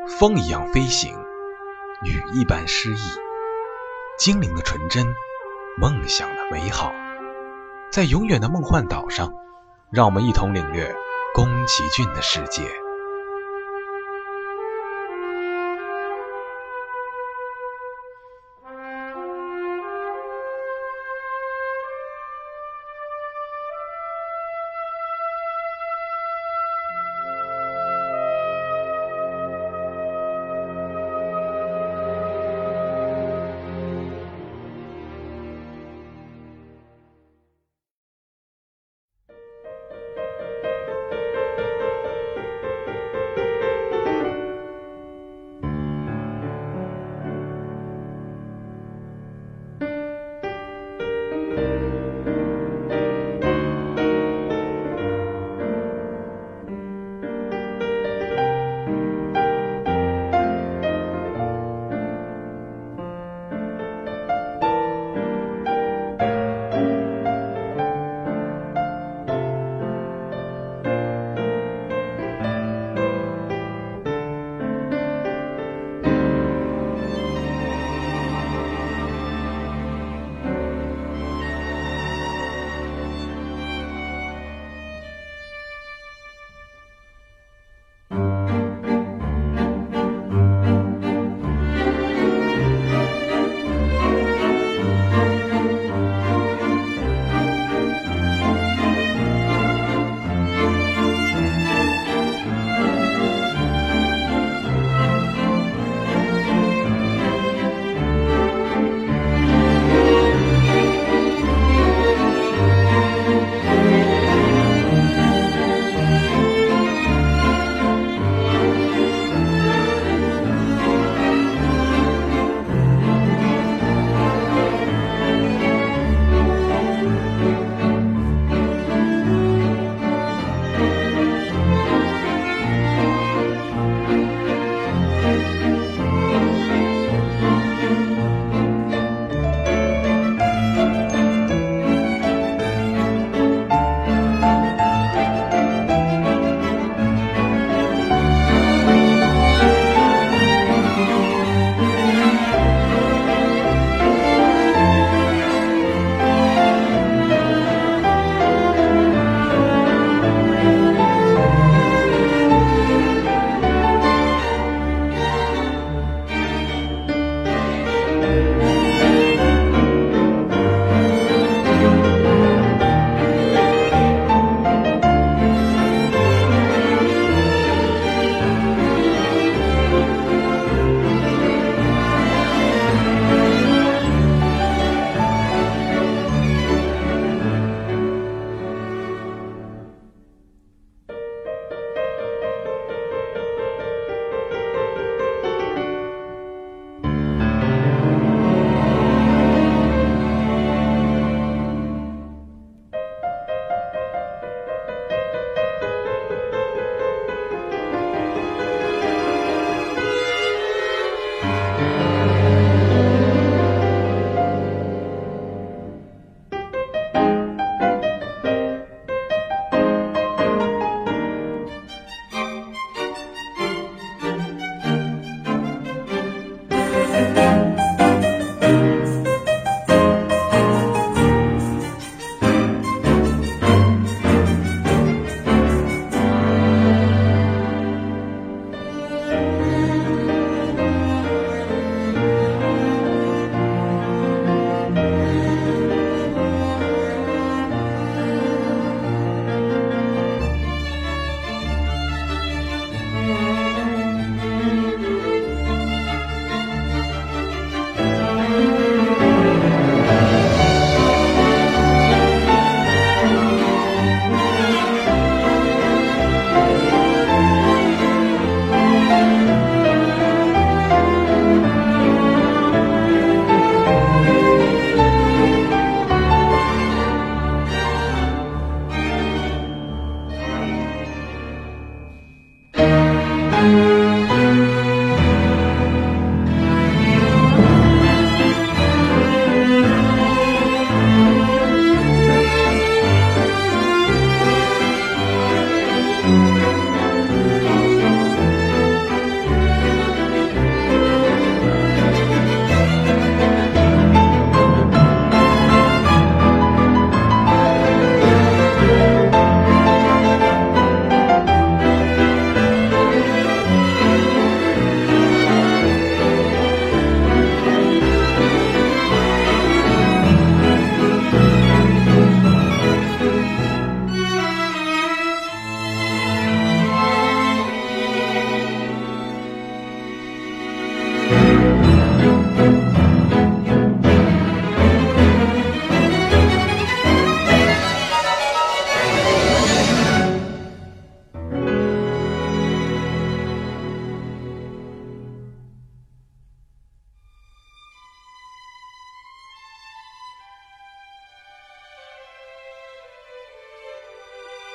风一样飞行，雨一般诗意，精灵的纯真，梦想的美好。在永远的梦幻岛上，让我们一同领略宫崎骏的世界。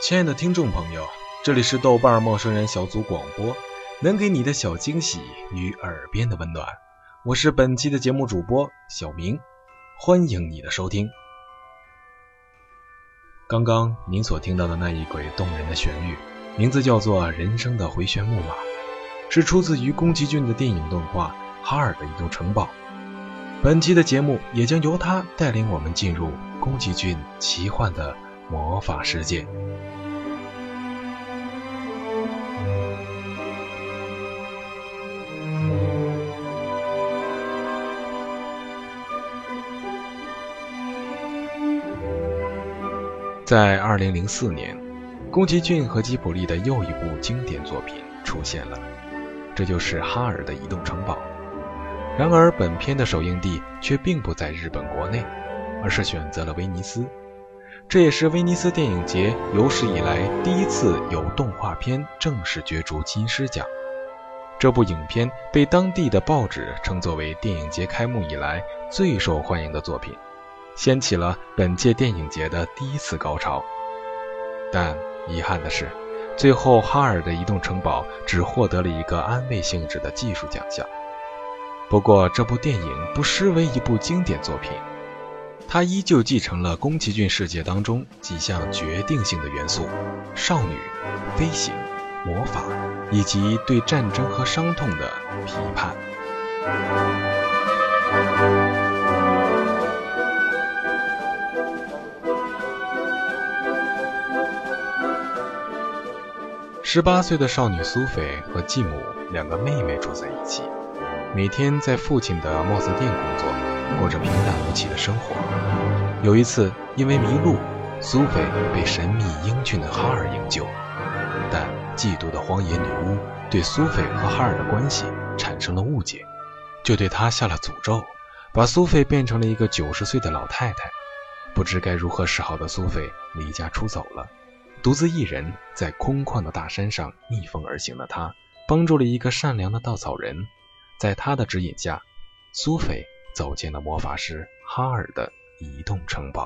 亲爱的听众朋友，这里是豆瓣陌生人小组广播，能给你的小惊喜与耳边的温暖。我是本期的节目主播小明，欢迎你的收听。刚刚您所听到的那一轨动人的旋律，名字叫做《人生的回旋木马》，是出自于宫崎骏的电影动画《哈尔的移动城堡》。本期的节目也将由他带领我们进入宫崎骏奇幻的魔法世界。在2004年，宫崎骏和吉卜力的又一部经典作品出现了，这就是《哈尔的移动城堡》。然而本片的首映地却并不在日本国内，而是选择了威尼斯。这也是威尼斯电影节有史以来第一次有动画片正式角逐金狮奖。这部影片被当地的报纸称作为电影节开幕以来最受欢迎的作品，掀起了本届电影节的第一次高潮。但遗憾的是，最后哈尔的移动城堡只获得了一个安慰性质的技术奖项。不过这部电影不失为一部经典作品，它依旧继承了宫崎骏世界当中几项决定性的元素：少女、飞行、魔法，以及对战争和伤痛的批判。18岁的少女苏菲和继母两个妹妹住在一起，每天在父亲的帽子店工作，过着平淡无奇的生活。有一次因为迷路，苏菲被神秘英俊的哈尔营救，但嫉妒的荒野女巫对苏菲和哈尔的关系产生了误解，就对她下了诅咒，把苏菲变成了一个90岁的老太太。不知该如何是好的苏菲离家出走了，独自一人在空旷的大山上逆风而行的她，帮助了一个善良的稻草人。在他的指引下，苏菲走进了魔法师哈尔的移动城堡。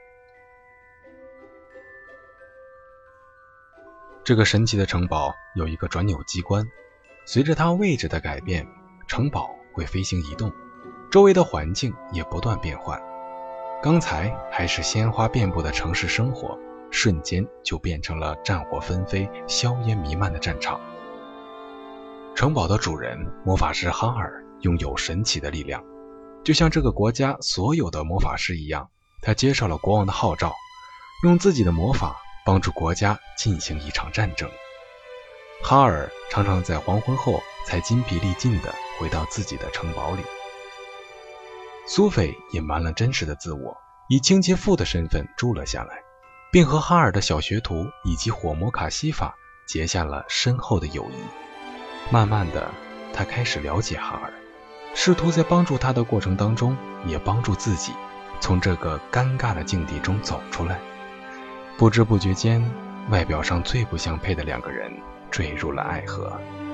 这个神奇的城堡有一个转钮机关，随着它位置的改变，城堡会飞行移动，周围的环境也不断变换。刚才还是鲜花遍布的城市生活，瞬间就变成了战火纷飞、硝烟弥漫的战场。城堡的主人魔法师哈尔拥有神奇的力量，就像这个国家所有的魔法师一样，他接受了国王的号召，用自己的魔法帮助国家进行一场战争。哈尔常常在黄昏后才筋疲力尽地回到自己的城堡里。苏菲隐瞒了真实的自我，以清洁妇的身份住了下来，并和哈尔的小学徒以及火魔卡西法结下了深厚的友谊。慢慢的，他开始了解哈尔，试图在帮助他的过程当中也帮助自己从这个尴尬的境地中走出来。不知不觉间，外表上最不相配的两个人坠入了爱河。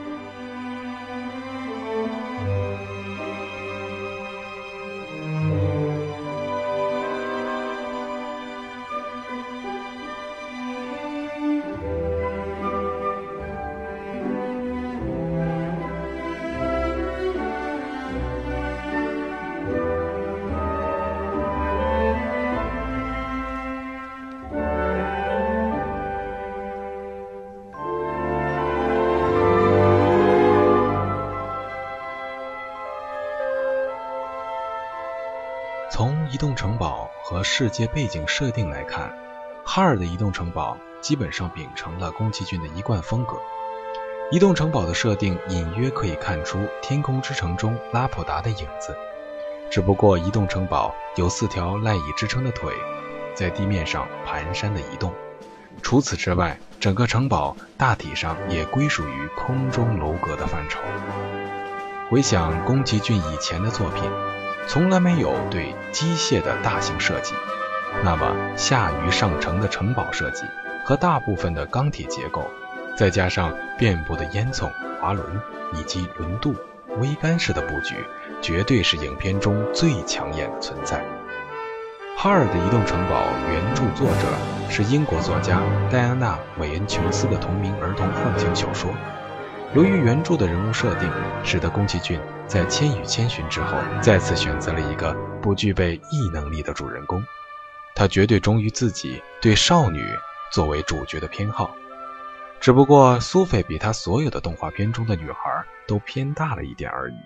从移动城堡和世界背景设定来看，哈尔的移动城堡基本上秉承了宫崎骏的一贯风格。移动城堡的设定隐约可以看出天空之城中拉普达的影子，只不过移动城堡有4条赖以支撑的腿，在地面上蹒跚的移动。除此之外，整个城堡大体上也归属于空中楼阁的范畴。回想宫崎骏以前的作品，从来没有对机械的大型设计，那么下于上层的城堡设计和大部分的钢铁结构，再加上遍布的烟囱、滑轮以及轮渡、桅杆式的布局，绝对是影片中最抢眼的存在。 哈尔的移动城堡原著作者是英国作家戴安娜·韦恩琼斯的同名儿童幻境小说。由于原著的人物设定，使得宫崎骏在《千与千寻》之后再次选择了一个不具备异能力的主人公。他绝对忠于自己对少女作为主角的偏好，只不过苏菲比他所有的动画片中的女孩都偏大了一点而已。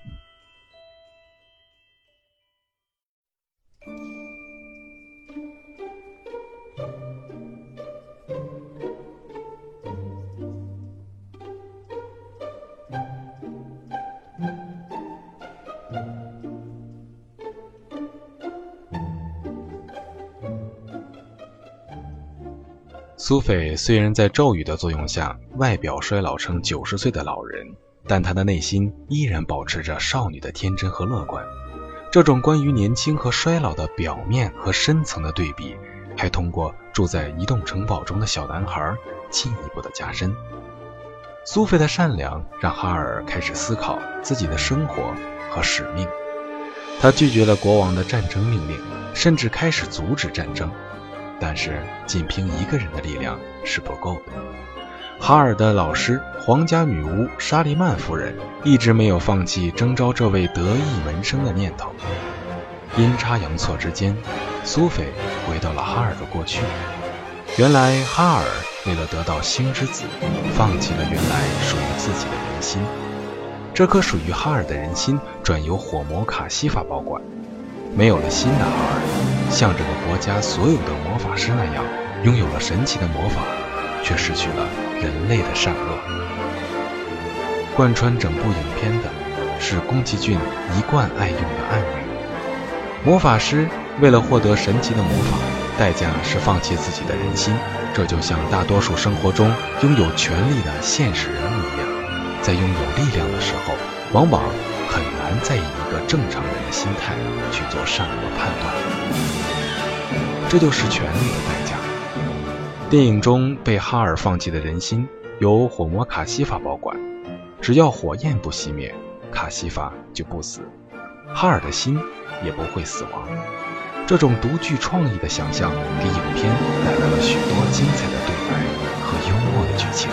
苏菲虽然在咒语的作用下外表衰老成90岁的老人，但她的内心依然保持着少女的天真和乐观。这种关于年轻和衰老的表面和深层的对比，还通过住在移动城堡中的小男孩进一步的加深。苏菲的善良让哈尔开始思考自己的生活和使命。他拒绝了国王的战争命令，甚至开始阻止战争。但是仅凭一个人的力量是不够的。哈尔的老师皇家女巫沙利曼夫人一直没有放弃征召这位得意门生的念头。阴差阳错之间，苏菲回到了哈尔的过去。原来哈尔为了得到星之子，放弃了原来属于自己的人心。这颗属于哈尔的人心转由火魔卡西法保管。没有了心的哈尔，像这个国家所有的魔法师那样，拥有了神奇的魔法，却失去了人类的善恶。贯穿整部影片的是宫崎骏一贯爱用的暗语。魔法师为了获得神奇的魔法，代价是放弃自己的人心。这就像大多数生活中拥有权力的现实人物一样，在拥有力量的时候，往往很难再以一个正常人的心态去做善恶判断。这就是权力的代价。电影中被哈尔放弃的人心由火魔卡西法保管，只要火焰不熄灭，卡西法就不死，哈尔的心也不会死亡。这种独具创意的想象给影片带来了许多精彩的对白和幽默的剧情。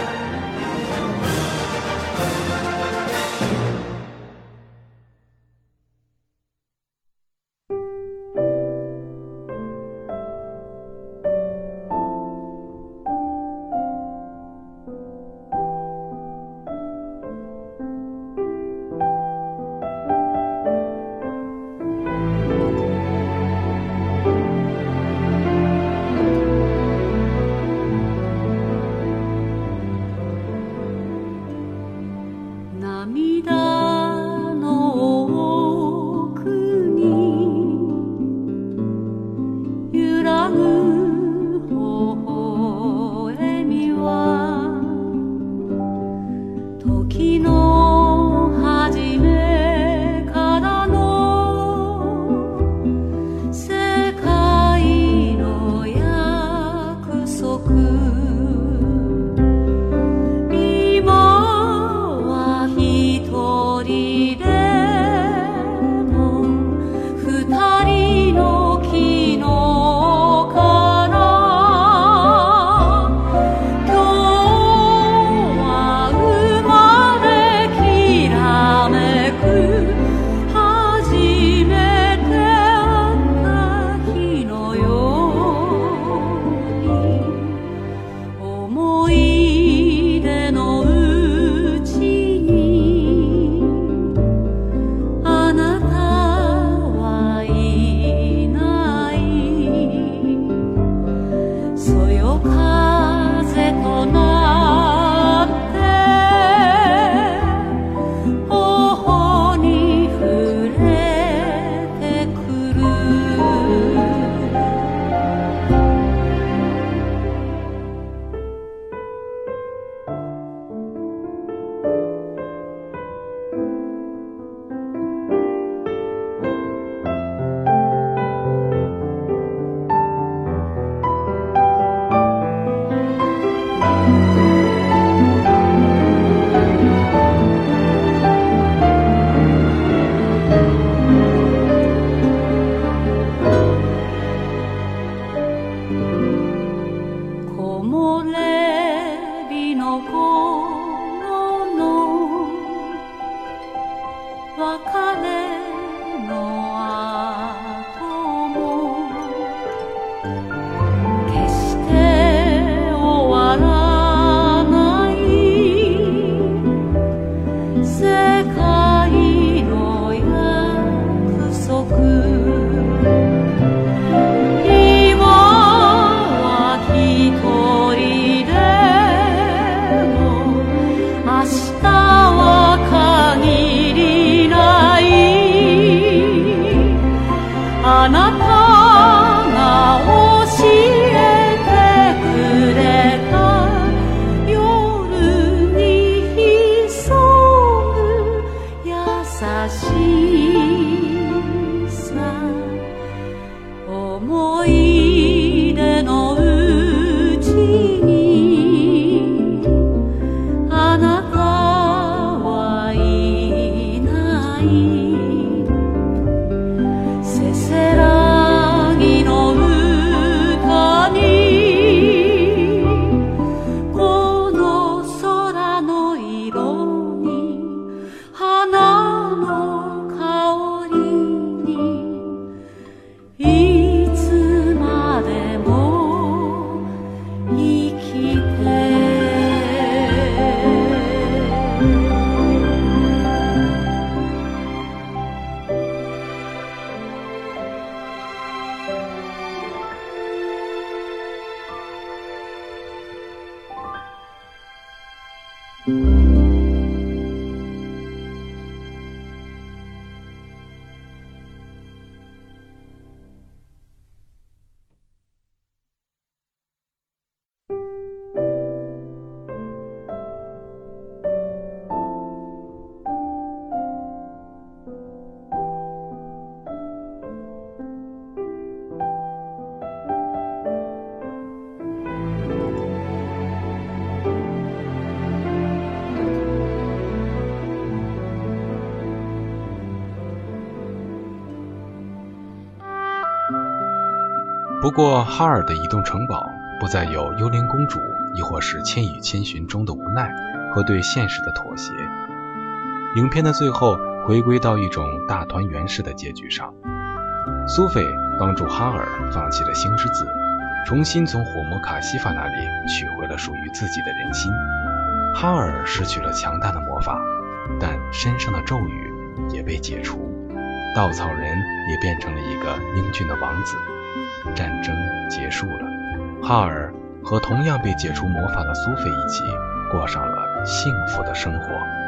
不过哈尔的移动城堡不再有幽灵公主亦或是千与千寻中的无奈和对现实的妥协。影片的最后回归到一种大团圆式的结局上，苏菲帮助哈尔放弃了星之子，重新从火魔卡西法那里取回了属于自己的人心。哈尔失去了强大的魔法，但身上的咒语也被解除，稻草人也变成了一个英俊的王子。战争结束了，哈尔和同样被解除魔法的苏菲一起过上了幸福的生活。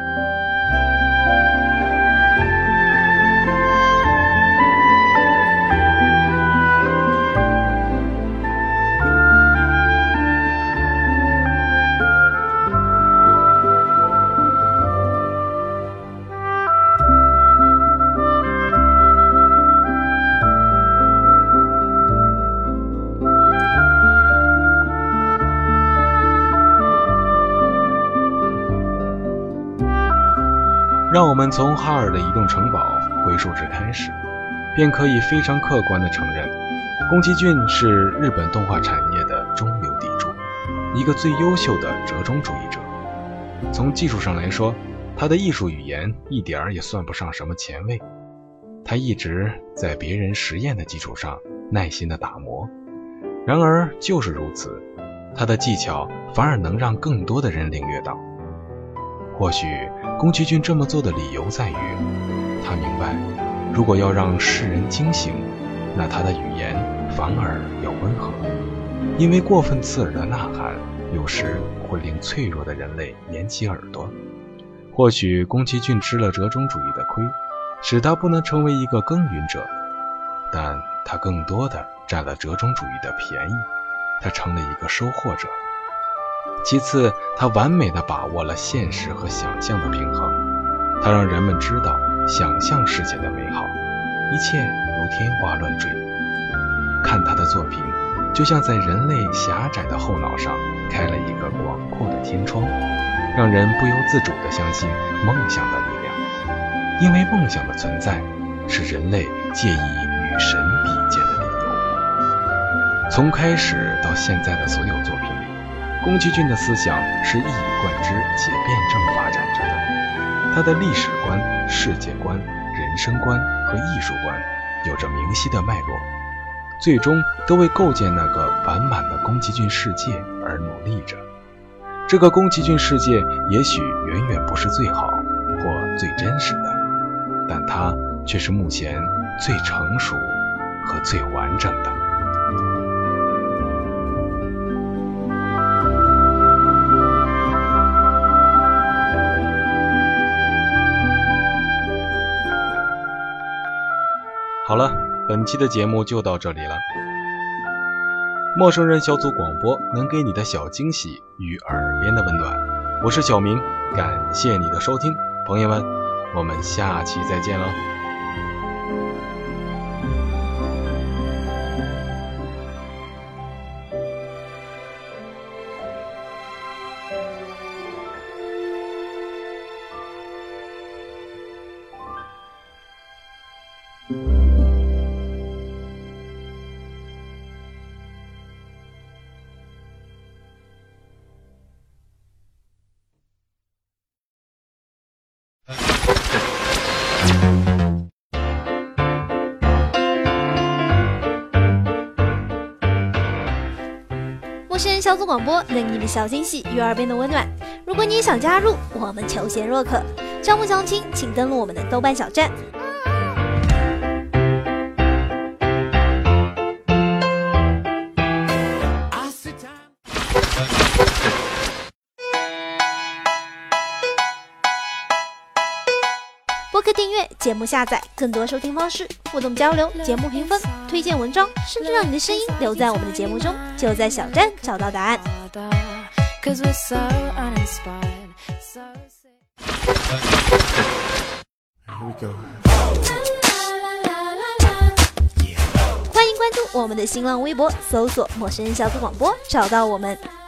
让我们从哈尔的移动城堡回溯至开始，便可以非常客观地承认，宫崎骏是日本动画产业的中流砥柱，一个最优秀的折中主义者。从技术上来说，他的艺术语言一点儿也算不上什么前卫，他一直在别人实验的基础上耐心地打磨。然而就是如此，他的技巧反而能让更多的人领略到。或许宫崎骏这么做的理由在于，他明白，如果要让世人惊醒，那他的语言反而要温和，因为过分刺耳的呐喊有时会令脆弱的人类掩起耳朵。或许宫崎骏吃了折中主义的亏，使他不能成为一个耕耘者，但他更多的占了折中主义的便宜，他成了一个收获者。其次，他完美地把握了现实和想象的平衡，他让人们知道想象世界的美好，一切如天花乱坠。看他的作品，就像在人类狭窄的后脑上开了一个广阔的天窗，让人不由自主地相信梦想的力量，因为梦想的存在是人类借以与神比肩的理由。从开始到现在的所有作品里， 宫崎骏的思想是一以贯之且辩证发展着的，他的历史观、世界观、人生观和艺术观有着明晰的脉络，最终都为构建那个完满的宫崎骏世界而努力着。这个宫崎骏世界也许远远不是最好或最真实的，但它却是目前最成熟和最完整的。好了，本期的节目就到这里了。陌生人小组广播能给你的小惊喜与耳边的温暖，我是小明，感谢你的收听，朋友们，我们下期再见了。 陌生人小组广播，能给你的小惊喜与耳边的温暖。如果你也想加入，我们求贤若渴。招募详情，请登录我们的豆瓣小站。播客订阅、节目下载、更多收听方式、互动交流、节目评分、推荐文章，甚至让你的声音留在我们的节目中，就在小站找到答案。欢迎关注我们的新浪微博，搜索“陌生人小组广播”，找到我们。